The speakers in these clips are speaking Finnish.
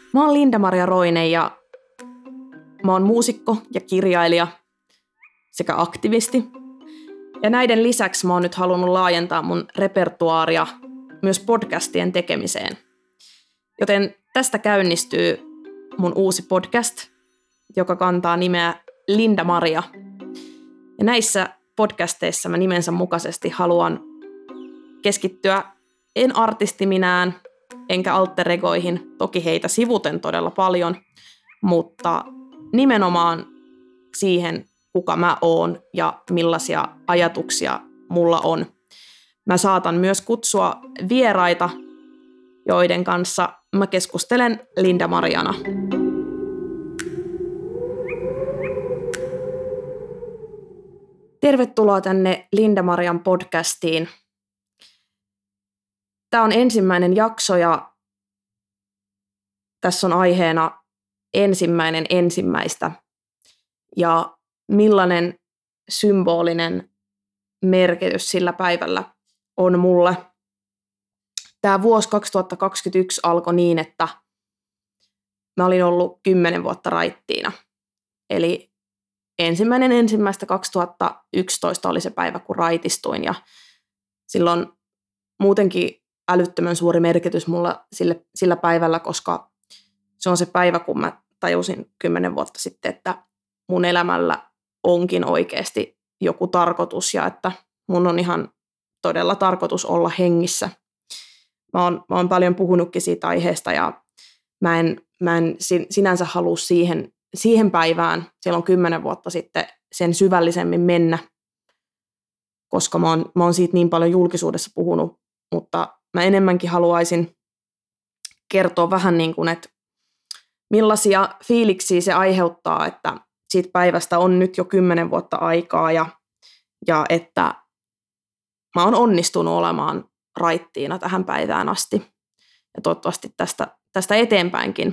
Mä oon Linda-Maria Roine ja mä oon muusikko ja kirjailija sekä aktivisti. Ja näiden lisäksi mä oon nyt halunnut laajentaa mun repertuaaria myös podcastien tekemiseen. Joten tästä käynnistyy mun uusi podcast, joka kantaa nimeä Linda-Maria. Ja näissä podcasteissa mä nimensä mukaisesti haluan keskittyä en artistiminään, enkä alter egoihin, toki heitä sivuten todella paljon, mutta nimenomaan siihen, kuka mä oon ja millaisia ajatuksia mulla on. Mä saatan myös kutsua vieraita, joiden kanssa mä keskustelen Linda-Mariana. Tervetuloa tänne Linda-Marian podcastiin. Tämä on ensimmäinen jakso ja tässä on aiheena ensimmäistä ja millainen symbolinen merkitys sillä päivällä on mulle. Tämä vuosi 2021 alkoi niin, että mä olin ollut 10 vuotta raittiina. Eli 1.1.2011 oli se päivä, kun raitistuin ja silloin muutenkin älyttömän suuri merkitys mulla sillä päivällä, koska se on se päivä, kun mä tajusin 10 vuotta sitten, että mun elämällä onkin oikeasti joku tarkoitus ja että mun on ihan todella tarkoitus olla hengissä. Mä oon paljon puhunutkin siitä aiheesta ja mä en sinänsä halua siihen päivään, silloin 10 vuotta sitten, sen syvällisemmin mennä, koska mä oon siitä niin paljon julkisuudessa puhunut, mutta mä enemmänkin haluaisin kertoa vähän niin kuin, että millaisia fiiliksiä se aiheuttaa, että siitä päivästä on nyt jo 10 vuotta aikaa ja että mä oon onnistunut olemaan raittiina tähän päivään asti ja toivottavasti tästä eteenpäinkin.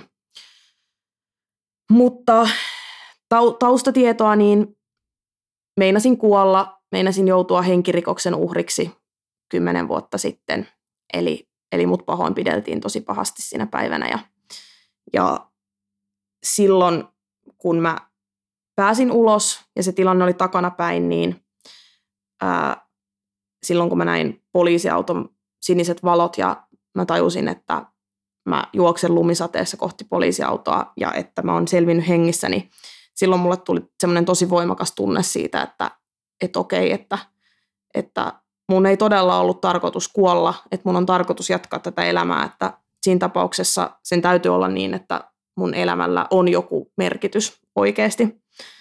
Mutta taustatietoa, niin meinasin kuolla, meinasin joutua henkirikoksen uhriksi 10 vuotta sitten. Eli mut pahoinpideltiin tosi pahasti siinä päivänä. Ja silloin, kun mä pääsin ulos ja se tilanne oli takanapäin, niin silloin kun mä näin poliisiauton siniset valot ja mä tajusin, että mä juoksen lumisateessa kohti poliisiautoa ja että mä oon selvinnyt hengissä, niin silloin mulle tuli semmoinen tosi voimakas tunne siitä, että okei, että mun ei todella ollut tarkoitus kuolla, että mun on tarkoitus jatkaa tätä elämää, että siinä tapauksessa sen täytyy olla niin, että mun elämällä on joku merkitys oikeasti.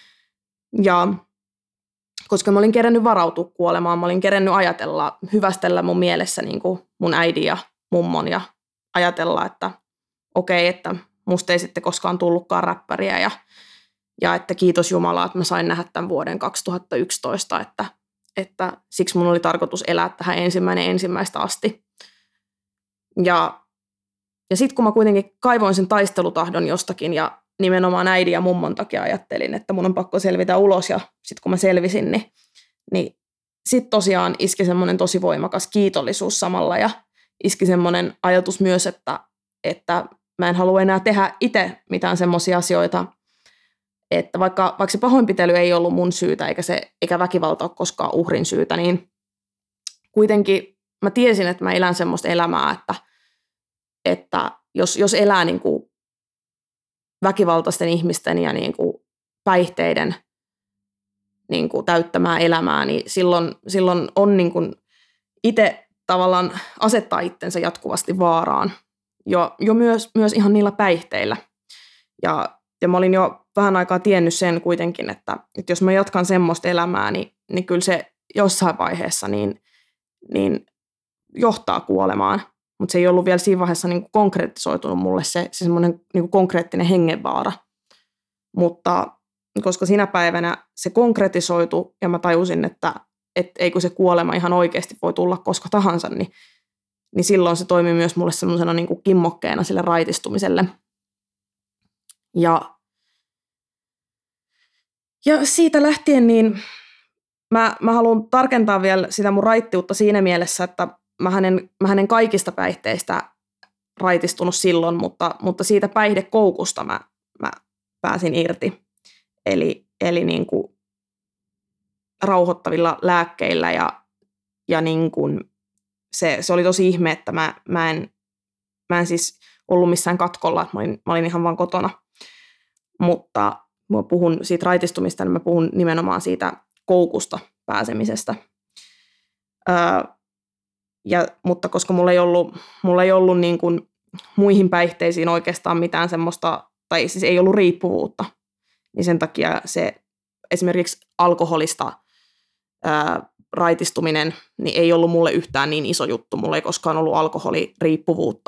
Ja koska mä olin kerennyt varautua kuolemaan, mä olin kerennyt ajatella, hyvästellä mun mielessä niin kuin mun äidin ja mummon ja ajatella, että okei, että musta ei sitten koskaan tullutkaan räppäriä ja että kiitos Jumala, että mä sain nähdä tämän vuoden 2011, että siksi mun oli tarkoitus elää tähän 1.1. asti. Ja sitten kun mä kuitenkin kaivoin sen taistelutahdon jostakin ja nimenomaan äidin ja mummon takia ajattelin, että mun on pakko selvitä ulos ja sitten kun mä selvisin, niin sitten tosiaan iski semmoinen tosi voimakas kiitollisuus samalla ja iski semmoinen ajatus myös, että mä en halua enää tehdä itse mitään semmoisia asioita, että vaikka se pahoinpitely ei ollut mun syytä eikä väkivalta ole koskaan uhrin syytä, niin kuitenkin mä tiesin, että mä elän semmoista elämää, että jos elää niin kuin väkivaltaisten ihmisten ja niin kuin päihteiden niin kuin täyttämää elämää, niin silloin on niin kuin itse tavallaan asettaa itsensä jatkuvasti vaaraan. Jo myös ihan niillä päihteillä. Ja mä olin jo vähän aikaa tiennyt sen kuitenkin, että jos mä jatkan semmoista elämää, niin kyllä se jossain vaiheessa niin johtaa kuolemaan. Mutta se ei ollut vielä siinä vaiheessa niin kuin konkretisoitunut mulle se semmoinen niin kuin konkreettinen hengenvaara. Mutta koska sinä päivänä se konkretisoitu ja mä tajusin, että ei kun se kuolema ihan oikeasti voi tulla koska tahansa, niin silloin se toimi myös mulle semmoisena niin kuin kimmokkeena sille raitistumiselle. Ja siitä lähtien niin mä haluan tarkentaa vielä sitä mun raittiutta siinä mielessä, että mä hänen kaikista päihteistä raitistunut silloin, mutta siitä päihdekoukusta mä pääsin irti. Eli niin kuin rauhoittavilla lääkkeillä ja niin kuin se oli tosi ihme, että mä en siis ollut missään katkolla, että mä olin ihan vaan kotona. Mutta mä puhun siitä raitistumista, niin mä puhun nimenomaan siitä koukusta pääsemisestä. Mutta koska mulla ei ollut niin kuin muihin päihteisiin oikeastaan mitään semmoista, tai siis ei ollut riippuvuutta, niin sen takia se esimerkiksi alkoholista raitistuminen niin ei ollut mulle yhtään niin iso juttu. Mulla ei koskaan ollut alkoholiriippuvuutta.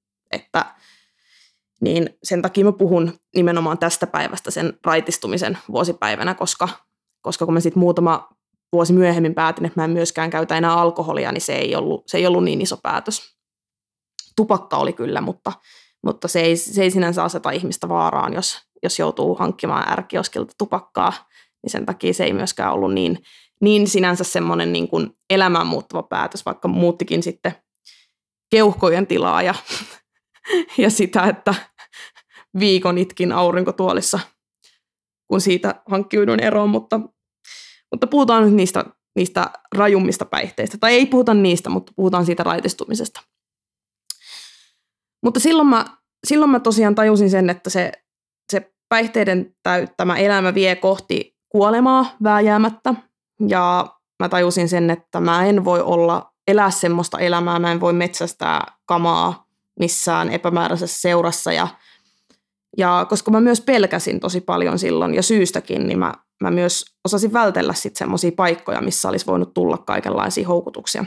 Niin sen takia mä puhun nimenomaan tästä päivästä sen raitistumisen vuosipäivänä, koska kun mä sitten muutama vuosi myöhemmin päätin, että mä en myöskään käytä enää alkoholia, niin se ei ollut niin iso päätös. Tupakka oli kyllä, mutta se ei sinänsä aseta ihmistä vaaraan, jos joutuu hankkimaan R-kioskilta tupakkaa, niin sen takia se ei myöskään ollut niin sinänsä semmoinen niin kuin elämään muuttuva päätös, vaikka muuttikin sitten keuhkojen tilaa ja sitä, että viikon itkin aurinkotuolissa, kun siitä hankkiuduin eroon, mutta puhutaan nyt niistä rajummista päihteistä. Tai ei puhuta niistä, mutta puhutaan siitä raitistumisesta. Mutta silloin mä tosiaan tajusin sen, että se päihteiden täyttämä elämä vie kohti kuolemaa vääjäämättä. Ja mä tajusin sen, että mä en voi elää semmoista elämää, mä en voi metsästää kamaa missään epämääräisessä seurassa. Ja koska mä myös pelkäsin tosi paljon silloin ja syystäkin, niin mä myös osasin vältellä sitten semmoisia paikkoja, missä olisi voinut tulla kaikenlaisia houkutuksia.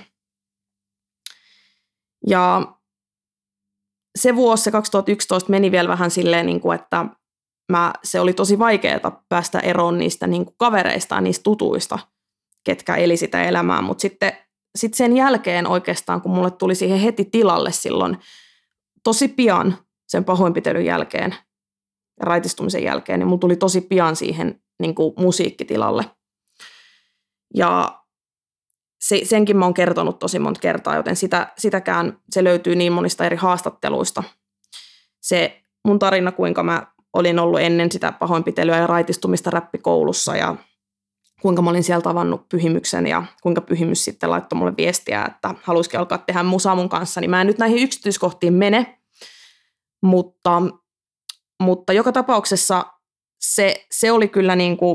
Ja se vuosi, se 2011, meni vielä vähän silleen, että se oli tosi vaikeaa päästä eroon niistä niin kuin kavereista ja niistä tutuista, ketkä eli sitä elämää. Mutta sitten sen jälkeen oikeastaan, kun mulle tuli siihen heti tilalle silloin tosi pian sen pahoinpitelyn jälkeen ja raitistumisen jälkeen, niin mulla tuli tosi pian siihen niin kuin musiikkitilalle. Ja senkin mä oon kertonut tosi monta kertaa, joten se löytyy niin monista eri haastatteluista. Se mun tarina, kuinka mä olin ollut ennen sitä pahoinpitelyä ja raitistumista räppikoulussa ja kuinka mä olin siellä tavannut Pyhimyksen ja kuinka Pyhimys sitten laittoi mulle viestiä, että haluaisikin alkaa tehdä musaa mun kanssa, niin mä en nyt näihin yksityiskohtiin mene, mutta joka tapauksessa se oli kyllä niin kuin,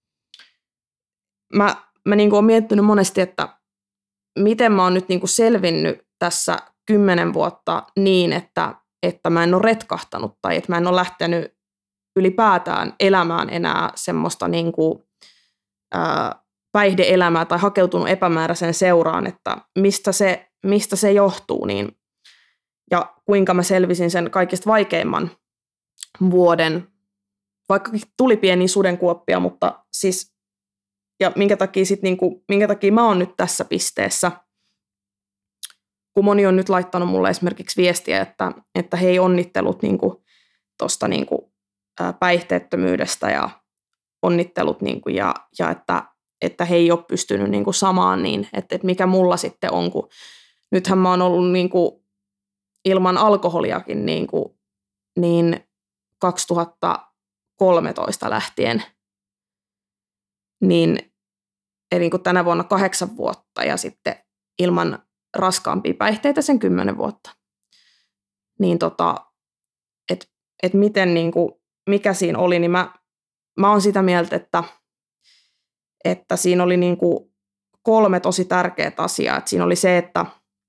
mä niin kuin olen miettinyt monesti, että miten mä oon nyt niin kuin selvinnyt tässä 10 vuotta niin, että mä en ole retkahtanut tai että mä en ole lähtenyt ylipäätään elämään enää semmoista niin kuin, päihde-elämää tai hakeutunut epämääräiseen seuraan, että mistä se johtuu niin, ja kuinka mä selvisin sen kaikista vaikeimman vuoden, vaikkakin tuli pieniä sudenkuoppia, mutta siis ja minkä takia mä oon nyt tässä pisteessä, kun moni on nyt laittanut mulle esimerkiksi viestiä, että hei onnittelut tuosta päihteettömyydestä ja onnittelut ja että he ei ole pystynyt samaan, niin että mikä mulla sitten on, kun nythän mä oon ollut ilman alkoholiakin niin 2013 lähtien, niin eli tänä vuonna 8 vuotta ja sitten ilman raskaampia päihteitä sen 10 vuotta. Niin et miten mikä siinä oli, niin mä oon sitä mieltä, että siinä oli 3 tosi tärkeää asiaa. Et siinä oli se, että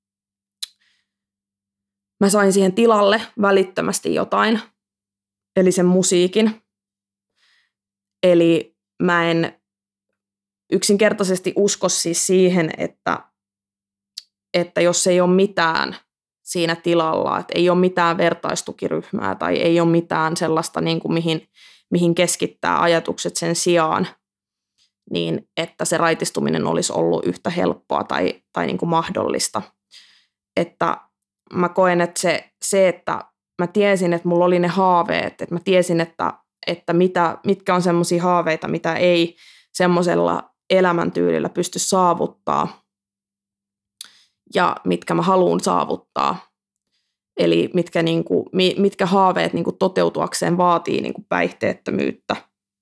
mä sain siihen tilalle välittömästi jotain, eli sen musiikin. Eli mä en yksinkertaisesti usko siis siihen, että jos ei ole mitään siinä tilalla, että ei ole mitään vertaistukiryhmää tai ei ole mitään sellaista, mihin keskittää ajatukset sen sijaan, niin että se raitistuminen olisi ollut yhtä helppoa tai mahdollista. Että mä koen, että se, että mä tiesin, että mulla oli ne haaveet, että mä tiesin, että mitkä on semmoisia haaveita, mitä ei semmoisella elämäntyylillä pysty saavuttaa ja mitkä mä haluan saavuttaa. eli mitkä haaveet niin kuin toteutuakseen vaatii niin kuin päihteettömyyttä,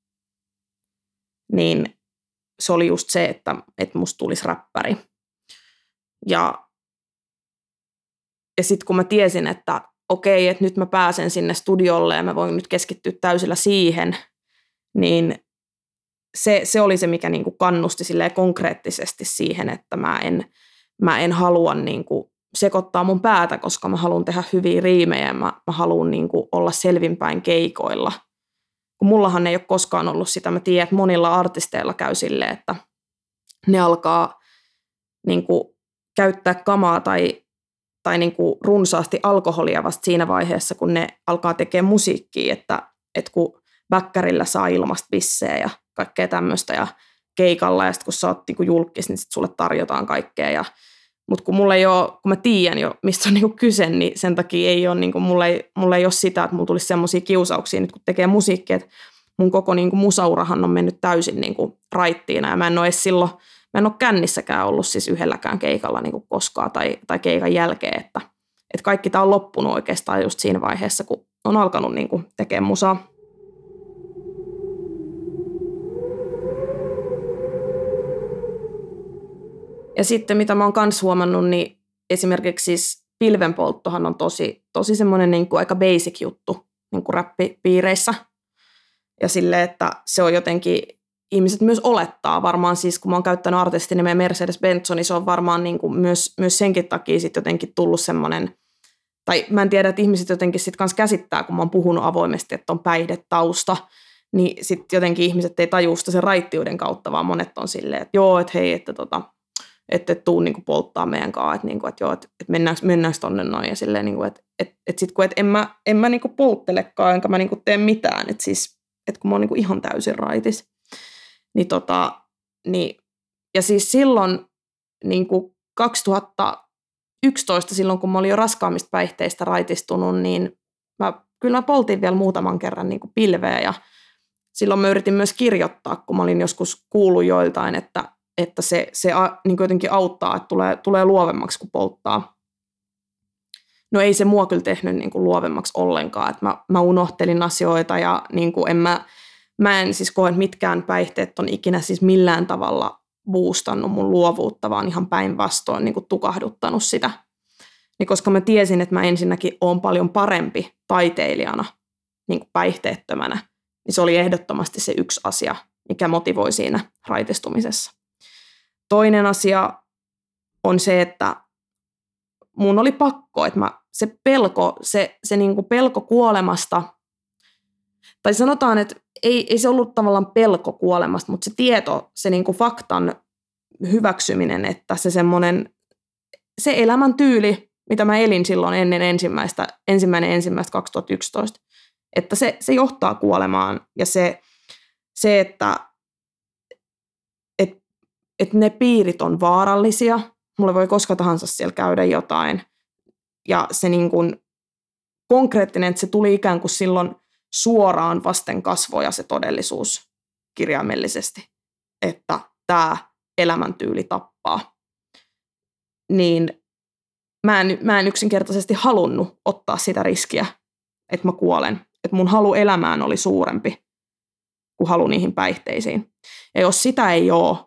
niin se oli just se, että musta tulisi räppäri. Ja sitten kun mä tiesin, että okei, että nyt mä pääsen sinne studiolle ja mä voin nyt keskittyä täysillä siihen, niin se oli se, mikä niin kuin kannusti silleen konkreettisesti siihen, että mä en halua niin kuin sekoittaa mun päätä, koska mä haluan tehdä hyviä riimejä ja mä haluan niin kuin olla selvinpäin keikoilla. Kun mullahan ei ole koskaan ollut sitä, mä tiedän, että monilla artisteilla käy silleen, että ne alkaa niin kuin käyttää kamaa tai niin kuin runsaasti alkoholia vasta siinä vaiheessa, kun ne alkaa tekemään musiikkia, että kun väkkärillä saa ilmasta bissejä ja kaikkea tämmöistä ja keikalla ja sitten kun sä oot niin kuin julkis, niin sit sulle tarjotaan kaikkea. Mutta kun mulla ei ole, kun mä tiedän jo, mistä on niin kuin kyse, niin sen takia ei ole, niin kuin, mulla ei ole sitä, että mulla tulisi semmoisia kiusauksia nyt kun tekee musiikkia, että mun koko niin kuin musaurahan on mennyt täysin niin kuin raittiina ja mä en ole kännissäkään ollut siis yhdelläkään keikalla niin kuin koskaan tai keikan jälkeen, että kaikki tämä on loppunut oikeastaan just siinä vaiheessa, kun on alkanut niin kuin tekemään musaa. Ja sitten mitä mä oon kans huomannut, niin esimerkiksi siis pilvenpolttohan on tosi semmoinen niin kuin aika basic juttu niin kuin räppipiireissä. Ja silleen, että se on jotenkin, ihmiset myös olettaa varmaan siis, kun mä oon käyttänyt artistinimeä Mercedes-Benzo, niin se on varmaan niin kuin myös senkin takia sitten jotenkin tullut semmoinen, tai mä en tiedä, että ihmiset jotenkin sitten kanssa käsittää, kun mä oon puhunut avoimesti, että on päihdetausta, niin sitten jotenkin ihmiset ei tajua sitä sen raittiuden kautta, vaan monet on silleen, että joo, että hei, että tuu niinku polttaa meidän kanssa, että niinku, et joo, että mennäänkö tonne noin ja silleen niinku, että sit kun en mä niinku polttelekaan enkä mä niinku tee mitään, että siis että kun mä oon niinku ihan täysin raitis. Niin ja siis silloin niinku 2011 silloin kun mä olin jo raskaammista päihteistä raitistunut, niin kyllä mä poltin vielä muutaman kerran niinku pilveä ja silloin mä yritin myös kirjoittaa, kun mä olin joskus kuullut joiltain, että se niin jotenkin auttaa, että tulee luovemmaksi, kun polttaa. No ei se mua kyllä tehnyt niin kuin luovemmaksi ollenkaan, että mä unohtelin asioita ja niin kuin mä en siis koe, että mitkään päihteet on ikinä siis millään tavalla boostannut mun luovuutta, vaan ihan päinvastoin niin kuin tukahduttanut sitä. Niin koska mä tiesin, että mä ensinnäkin oon paljon parempi taiteilijana niin kuin päihteettömänä, niin se oli ehdottomasti se yksi asia, mikä motivoi siinä raitistumisessa. Toinen asia on se, että mun oli pakko, että se niin kuin pelko kuolemasta, tai sanotaan, että ei se ollut tavallaan pelko kuolemasta, mutta se tieto, se niin kuin faktan hyväksyminen, että se elämäntyyli, mitä mä elin silloin ennen ensimmäistä 2011, että se johtaa kuolemaan ja se että ne piirit on vaarallisia, mulle voi koska tahansa siellä käydä jotain. Ja se niin kuin konkreettinen, että se tuli ikään kuin silloin suoraan vasten kasvoja se todellisuus kirjaimellisesti, että tämä elämäntyyli tappaa. Niin mä en yksinkertaisesti halunnut ottaa sitä riskiä, että mä kuolen. Että mun halu elämään oli suurempi kuin halu niihin päihteisiin. Ja jos sitä ei ole,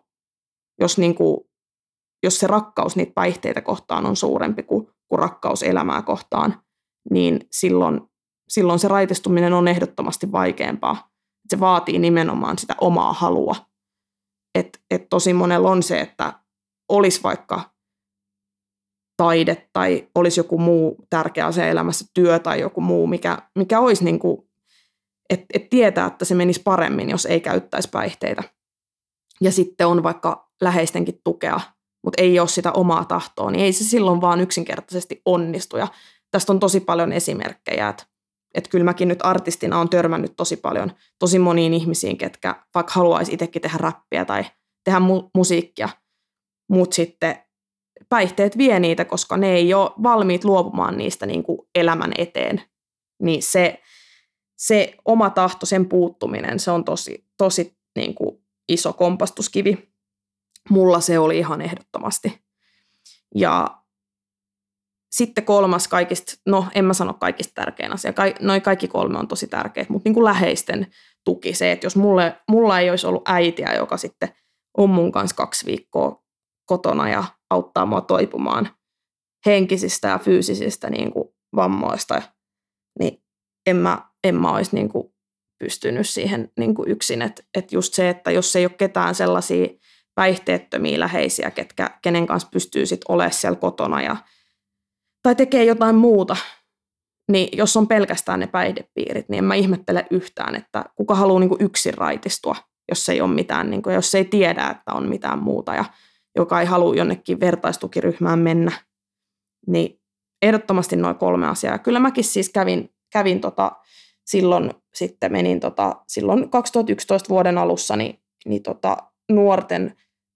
jos se rakkaus niitä päihteitä kohtaan on suurempi kuin rakkaus elämää kohtaan, niin silloin se raitistuminen on ehdottomasti vaikeampaa. Se vaatii nimenomaan sitä omaa halua. Et tosi monella on se, että olisi vaikka taide tai olisi joku muu tärkeä asia elämässä, työ tai joku muu, mikä olisi niin kuin, että tietää, että se menisi paremmin, jos ei käyttäisi päihteitä. Ja sitten on vaikka läheistenkin tukea, mutta ei ole sitä omaa tahtoa, niin ei se silloin vaan yksinkertaisesti onnistu. Ja tästä on tosi paljon esimerkkejä, että kyllä mäkin nyt artistina olen törmännyt tosi moniin ihmisiin, ketkä vaikka haluaisi itsekin tehdä räppiä tai tehdä musiikkia, mutta sitten päihteet vie niitä, koska ne ei ole valmiit luopumaan niistä niin kuin elämän eteen. Niin se oma tahto, sen puuttuminen, se on tosi niin kuin iso kompastuskivi. Mulla se oli ihan ehdottomasti. Ja sitten kolmas kaikista, no en mä sano kaikista tärkein asia, noi kaikki kolme on tosi tärkeitä, mutta niin kuin läheisten tuki, se, että jos mulla ei olisi ollut äitiä, joka sitten on mun kanssa 2 viikkoa kotona ja auttaa mua toipumaan henkisistä ja fyysisistä niin kuin vammoista, niin en mä olisi niin kuin pystynyt siihen niin kuin yksin. Että just se, että jos ei ole ketään sellaisia päihteettömiä läheisiä, kenen kanssa pystyy sitten olemaan siellä kotona tai tekee jotain muuta, niin jos on pelkästään ne päihdepiirit, niin en mä ihmettele yhtään, että kuka haluaa niin kuin yksin raitistua, jos ei ole mitään, niin kuin, jos ei tiedä, että on mitään muuta ja joka ei halua jonnekin vertaistukiryhmään mennä, niin ehdottomasti noin 3 asiaa. Kyllä mäkin siis kävin silloin sitten menin silloin 2011 vuoden alussa niin nuorten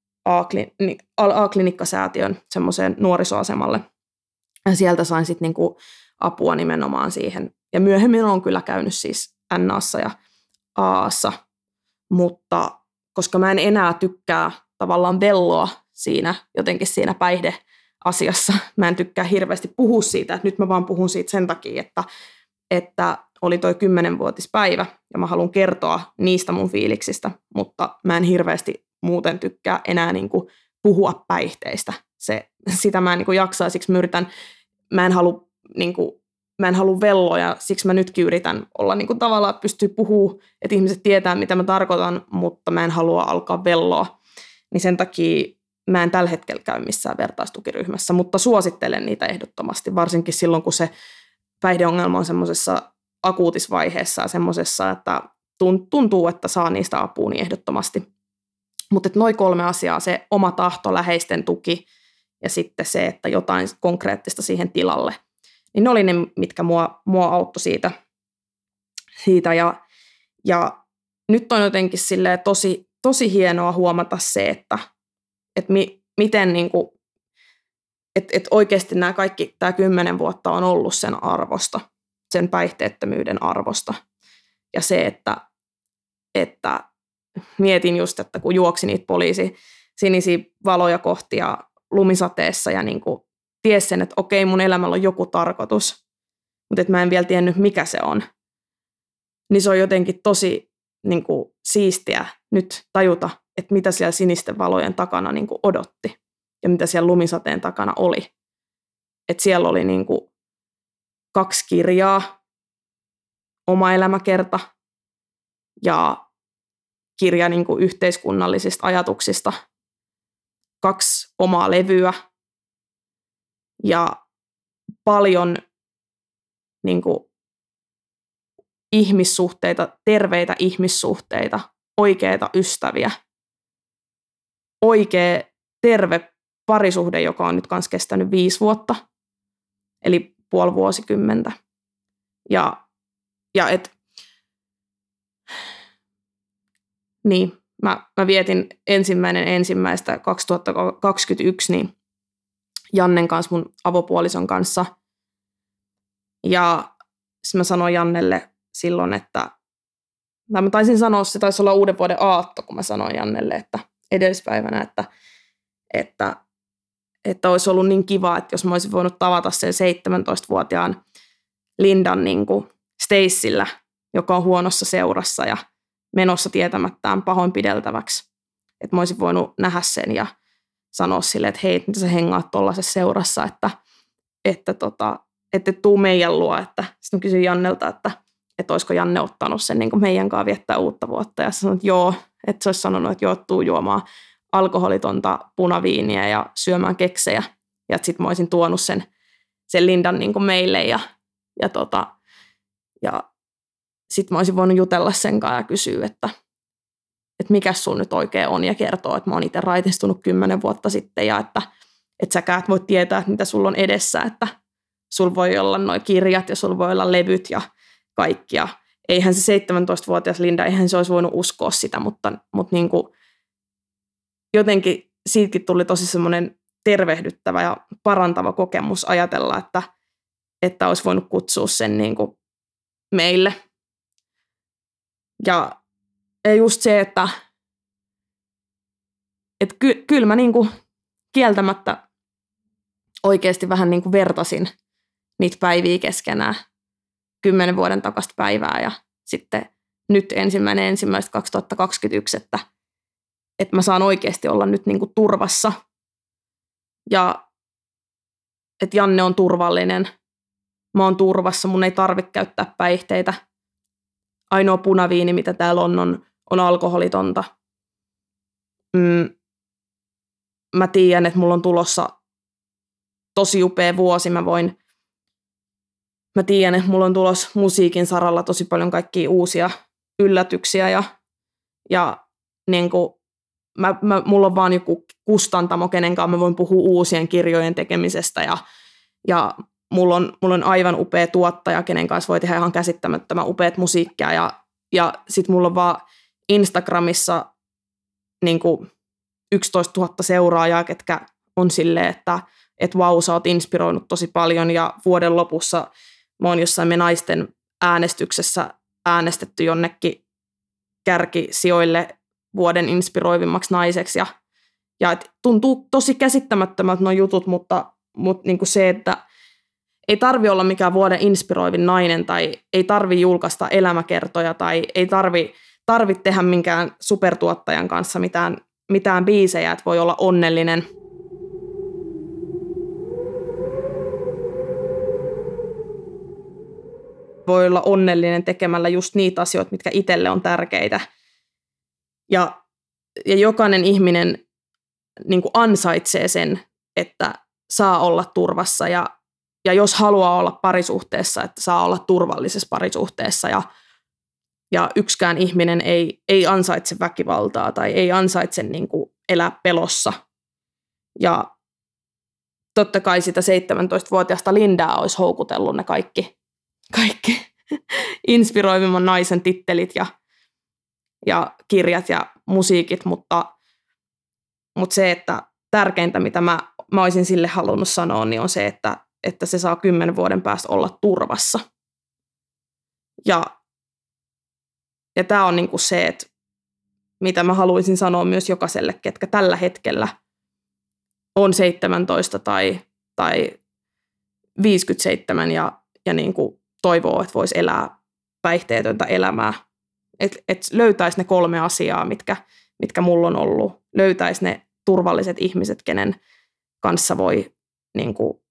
A-klinikkasäätiön semmoiseen nuorisoasemalle. Ja sieltä sain sitten niinku apua nimenomaan siihen. Ja myöhemmin olen kyllä käynyt siis NA:ssa ja AA:ssa, mutta koska mä en enää tykkää tavallaan velloa jotenkin siinä päihdeasiassa, mä en tykkää hirveästi puhua siitä, että nyt mä vaan puhun siitä sen takia, että oli toi 10-vuotispäivä ja mä haluan kertoa niistä mun fiiliksistä, mutta mä en hirveästi muuten tykkää enää niinku puhua päihteistä. Sitä mä en niinku jaksaa, siksi mä en halua velloa ja siksi mä nytkin yritän olla niinku tavallaan pystyy puhumaan, että ihmiset tietää mitä mä tarkoitan, mutta mä en halua alkaa velloa. Niin sen takia mä en tällä hetkellä käy missään vertaistukiryhmässä, mutta suosittelen niitä ehdottomasti, varsinkin silloin kun se päihdeongelma on semmoisessa akuutisvaiheessa ja semmoisessa, että tuntuu, että saa niistä apua niin ehdottomasti. Mutta noin 3 asiaa, se oma tahto, läheisten tuki ja sitten se, että jotain konkreettista siihen tilalle. Niin ne oli ne, mitkä mua auttoi siitä. Ja nyt on jotenkin silleen tosi hienoa huomata se, että miten niinku, että oikeasti tämä 10 vuotta on ollut sen arvosta, sen päihteettömyyden arvosta. Ja se, että mietin just, että kun juoksi niitä sinisiä valoja kohti ja lumisateessa ja niin kuin ties sen, että okei, mun elämällä on joku tarkoitus, mutta että mä en vielä tiennyt, mikä se on. Niin se on jotenkin tosi niin kuin siistiä nyt tajuta, että mitä siellä sinisten valojen takana niin kuin odotti ja mitä siellä lumisateen takana oli. Että siellä oli niin kuin 2 kirjaa, oma elämäkerta ja kirja niin kuin yhteiskunnallisista ajatuksista, 2 omaa levyä ja paljon niin kuin ihmissuhteita, terveitä ihmissuhteita, oikeita ystäviä, oikea terve parisuhde, joka on nyt kanssa kestänyt 5 vuotta, eli puoli vuosikymmentä. Ja niin, mä vietin 1.1.2021 niin Jannen kanssa, mun avopuolison kanssa. Ja mä sanoin Jannelle silloin, mä taisin sanoa, se taisi olla uuden vuoden aatto, kun mä sanoin Jannelle, että edellispäivänä, että olisi ollut niin kiva, että jos mä olisin voinut tavata sen 17-vuotiaan Lindan niin kuin Stacyllä, joka on huonossa seurassa ja menossa tietämättään pahoinpideltäväksi. Että mä olisin voinut nähdä sen ja sanoa sille, että hei, mitä sä hengaat tuollaisessa seurassa, että tuu meidän luo. Sitten kysyin Jannelta, että olisiko Janne ottanut sen niin kuin meidän kanssa viettää uutta vuotta. Ja sanoin, että joo, että se olisi sanonut, että joo, tuu juomaan alkoholitonta punaviiniä ja syömään keksejä. Ja sitten mä olisin tuonut sen Lindan niin kuin meille ja sitten mä olisin voinut jutella sen kanssa ja kysyä, että mikä sun nyt oikein on ja kertoo, että mä oon itse raitistunut 10 vuotta sitten ja että säkään et voi tietää, että mitä sulla on edessä, että sulla voi olla nuo kirjat ja sulla voi olla levyt ja kaikki. Ja eihän se 17-vuotias Linda, eihän se olisi voinut uskoa sitä, mutta niin kuin jotenkin siitäkin tuli tosi semmoinen tervehdyttävä ja parantava kokemus ajatella, että olisi voinut kutsua sen niin kuin meille. Ja just se, että kyllä mä niin kuin kieltämättä oikeasti vähän niin kuin vertasin niitä päiviä keskenään, 10 vuoden takasta päivää ja sitten nyt 1.1.2021, että mä saan oikeasti olla nyt niin kuin turvassa ja että Janne on turvallinen, mä oon turvassa, mun ei tarvitse käyttää päihteitä. Ainoa punaviini, mitä täällä on alkoholitonta. Mä tiedän, että mulla on tulossa tosi upea vuosi. Mä tiedän, että mulla on tulossa musiikin saralla tosi paljon kaikkia uusia yllätyksiä ja niin kuin mulla on vaan joku kustantamo, kenen kanssa mä voin puhua uusien kirjojen tekemisestä ja mulla on aivan upea tuottaja, kenen kanssa voi tehdä ihan käsittämättömän upeat musiikkia ja sit mulla on vaan Instagramissa niin kuin 11 000 seuraajaa, ketkä on silleen, että vau, sä oot inspiroinut tosi paljon ja vuoden lopussa mä oon jossain me naisten äänestyksessä äänestetty jonnekin kärkisijoille vuoden inspiroivimmaksi naiseksi ja et tuntuu tosi käsittämättömältä nuo jutut, mutta niin kuin se, että ei tarvi olla mikään vuoden inspiroivin nainen tai ei tarvi julkaista elämäkertoja tai ei tarvi tehdä minkään supertuottajan kanssa mitään biisejä, että voi olla onnellinen. Voi olla onnellinen tekemällä just niitä asioita, mitkä itselle on tärkeitä. Ja jokainen ihminen niin kuin ansaitsee sen, että saa olla turvassa ja jos haluaa olla parisuhteessa, että saa olla turvallisessa parisuhteessa ja yksikään ihminen ei ansaitse väkivaltaa tai ei ansaitse niin kuin elää pelossa. Ja totta kai sitä 17-vuotiaasta Lindaa olisi houkutellut ne kaikki inspiroivimman naisen tittelit ja kirjat ja musiikit, mutta se, että tärkeintä, mitä mä olisin sille halunnut sanoa, niin on se, että se saa 10 vuoden päästä olla turvassa. Ja tämä on niinku se, että mitä mä haluaisin sanoa myös jokaiselle, ketkä tällä hetkellä on 17 tai 57 ja niinku toivoo, että voisi elää päihteetöntä elämää. Et löytäisi ne 3 asiaa, mitkä mulla on ollut. Löytäisi ne turvalliset ihmiset, kenen kanssa voi, niinku,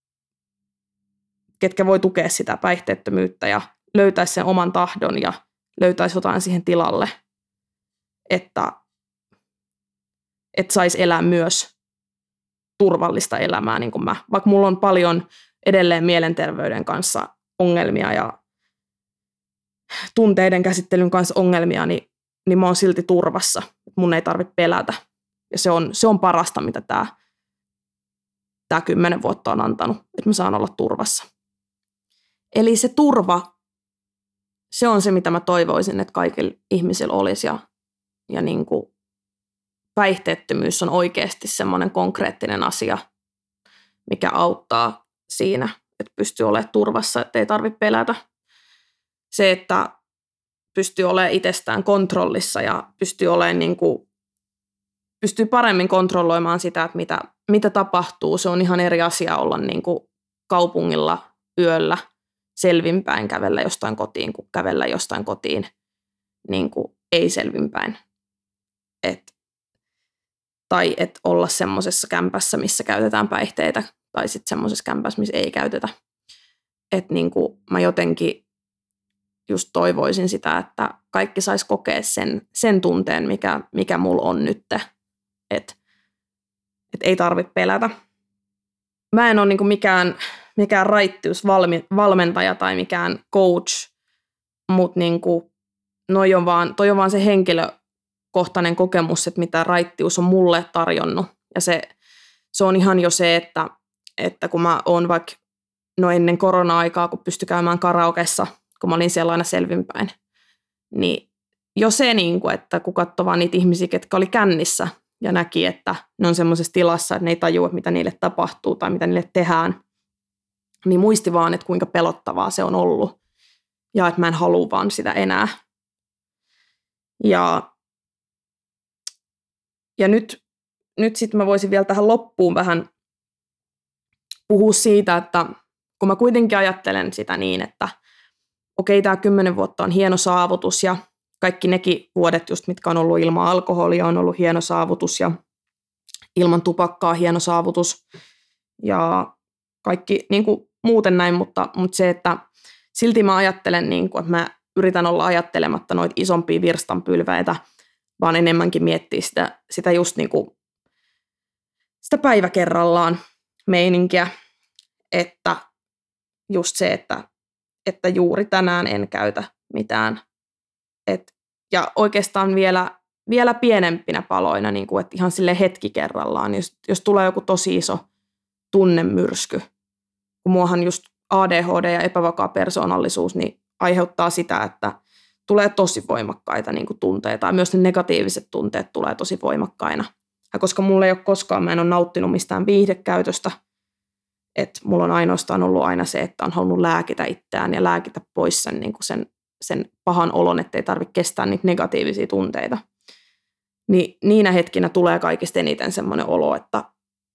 ketkä voi tukea sitä päihteettömyyttä ja löytäisi sen oman tahdon ja löytäisi jotain siihen tilalle, että saisi elää myös turvallista elämää, niin kuin mä. Vaikka mulla on paljon edelleen mielenterveyden kanssa ongelmia ja tunteiden käsittelyn kanssa ongelmia, niin mä oon silti turvassa. Mun ei tarvitse pelätä. Ja se on parasta, mitä tämä 10 vuotta on antanut, että mä saan olla turvassa. Eli se turva, se on se, mitä mä toivoisin, että kaikilla ihmisillä olisi. Ja niin kuin päihteettömyys on oikeasti semmoinen konkreettinen asia, mikä auttaa siinä, että pystyy olemaan turvassa, että ei tarvitse pelätä. Se, että pystyy olemaan itsestään kontrollissa ja pystyy paremmin kontrolloimaan sitä, että mitä tapahtuu. Se on ihan eri asia olla niin kuin kaupungilla yöllä selvinpäin kävellä jostain kotiin, kuin kävellä jostain kotiin niin kuin ei selvinpäin. Tai et olla semmoisessa kämpässä, missä käytetään päihteitä, tai sitten semmoisessa kämpässä, missä ei käytetä. Että niin kuin mä jotenkin just toivoisin sitä, että kaikki sais kokea sen tunteen, mikä mulla on nyt. Että ei tarvitse pelätä. Mä en ole niin kuin mikään raittiusvalmentaja tai mikään coach, mutta niin kuin toi on vaan se henkilökohtainen kokemus, että mitä raittius on mulle tarjonnut. Ja se on ihan jo se, että kun mä oon vaikka ennen korona-aikaa, kun pystyi käymään karaokessa, kun mä olin siellä aina selvinpäin, niin jo se, niin kuin, että kun katsoi vaan niitä ihmisiä, ketkä oli kännissä ja näki, että ne on semmoisessa tilassa, että ne ei tajua, mitä niille tapahtuu tai mitä niille tehdään, niin muisti vaan, että kuinka pelottavaa se on ollut ja että mä en halua vaan sitä enää. Ja nyt sitten mä voisin vielä tähän loppuun vähän puhua siitä, että kun mä kuitenkin ajattelen sitä niin, että okei, tämä 10 vuotta on hieno saavutus ja kaikki nekin vuodet, just mitkä on ollut ilman alkoholia, on ollut hieno saavutus ja ilman tupakkaa hieno saavutus ja kaikki niin kuin muuten näin, mutta se, että silti mä ajattelen, niin kuin, että mä yritän olla ajattelematta noita isompia virstanpylväitä, vaan enemmänkin miettiä sitä just niin kuin sitä päivä kerrallaan meininkiä, että just se, että juuri tänään en käytä mitään. Ja oikeastaan vielä pienempinä paloina, niin kuin, että ihan sille hetki kerrallaan, jos tulee joku tosi iso tunnemyrsky, kun muahan just ADHD ja epävakaa persoonallisuus niin aiheuttaa sitä, että tulee tosi voimakkaita niin kuin tunteita, ja myös ne negatiiviset tunteet tulee tosi voimakkaina. Ja koska mulla ei ole koskaan, mä en ole nauttinut mistään viihdekäytöstä, että mulla on ainoastaan ollut aina se, että on halunnut lääkitä itseään ja lääkitä pois sen, niin kuin sen pahan olon, ettei tarvitse kestää niitä negatiivisia tunteita. Niin niinä hetkinä tulee kaikista eniten semmoinen olo, että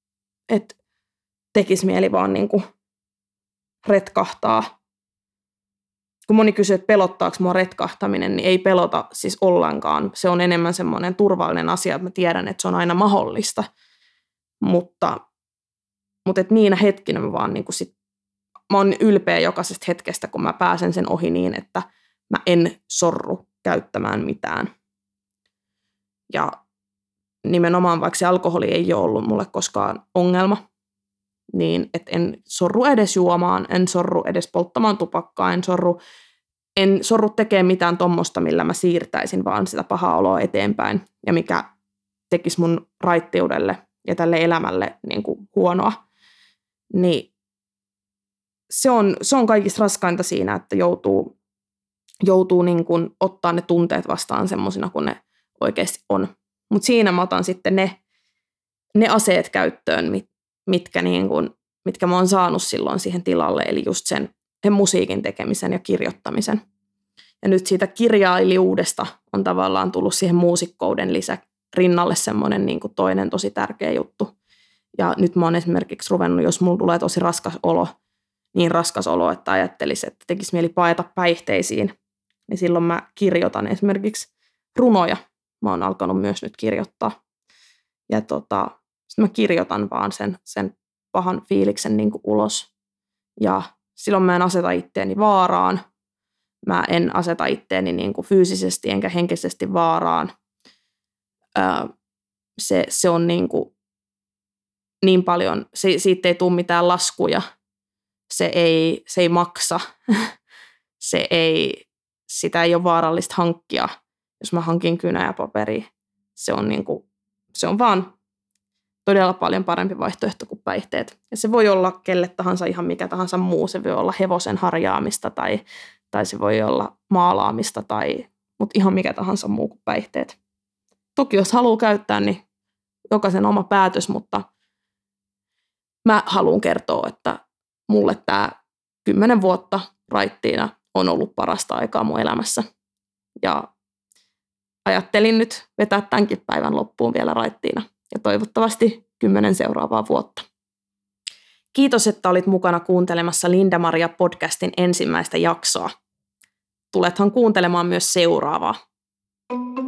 tekisi mieli vaan niin kuin retkahtaa. Kun moni kysyy, että pelottaako mua retkahtaminen, niin ei pelota siis ollenkaan. Se on enemmän semmoinen turvallinen asia, että mä tiedän, että se on aina mahdollista. Mutta et niinä hetkinä mä vaan niin kuin mä oon ylpeä jokaisesta hetkestä, kun mä pääsen sen ohi niin, että mä en sorru käyttämään mitään. Ja nimenomaan vaikka se alkoholi ei ole ollut mulle koskaan ongelma, niin että en sorru edes juomaan, en sorru edes polttamaan tupakkaa, en sorru tekemään mitään tommosta, millä mä siirtäisin vaan sitä pahaa oloa eteenpäin ja mikä tekisi mun raittiudelle ja tälle elämälle niin kuin huonoa. Niin se on kaikista raskainta siinä, että joutuu niin kuin ottaa ne tunteet vastaan semmoisina kuin ne oikeasti on. Mutta siinä mä otan sitten ne aseet käyttöön, mitkä mä oon saanut silloin siihen tilalle, eli just sen musiikin tekemisen ja kirjoittamisen. Ja nyt siitä kirjailijuudesta on tavallaan tullut siihen muusikkouden rinnalle semmoinen niin kuin toinen tosi tärkeä juttu. Ja nyt mä oon esimerkiksi ruvennut, jos mulla tulee tosi niin raskas olo, että ajattelisi, että tekisi mieli paeta päihteisiin, niin silloin mä kirjoitan esimerkiksi runoja. Mä oon alkanut myös nyt kirjoittaa. Ja sitten mä kirjoitan vaan sen pahan fiiliksen niin kuin ulos. Ja silloin mä en aseta itteeni vaaraan. Mä en aseta itteeni niin kuin fyysisesti enkä henkisesti vaaraan. Se on niin paljon, siitä ei tule mitään laskuja. Se ei maksa. Sitä ei ole vaarallista hankkia, jos mä hankin kynä ja paperia. Se on vaan todella paljon parempi vaihtoehto kuin päihteet. Ja se voi olla kelle tahansa ihan mikä tahansa muu. Se voi olla hevosen harjaamista tai se voi olla maalaamista mutta ihan mikä tahansa muu kuin päihteet. Toki jos haluaa käyttää, niin jokaisen oma päätös, mutta mä haluan kertoa, että mulle tämä 10 vuotta raittiina on ollut parasta aikaa mun elämässä. Ja ajattelin nyt vetää tämänkin päivän loppuun vielä raittiina ja toivottavasti 10 seuraavaa vuotta. Kiitos, että olit mukana kuuntelemassa Linda-Maria podcastin ensimmäistä jaksoa. Tulethan kuuntelemaan myös seuraavaa.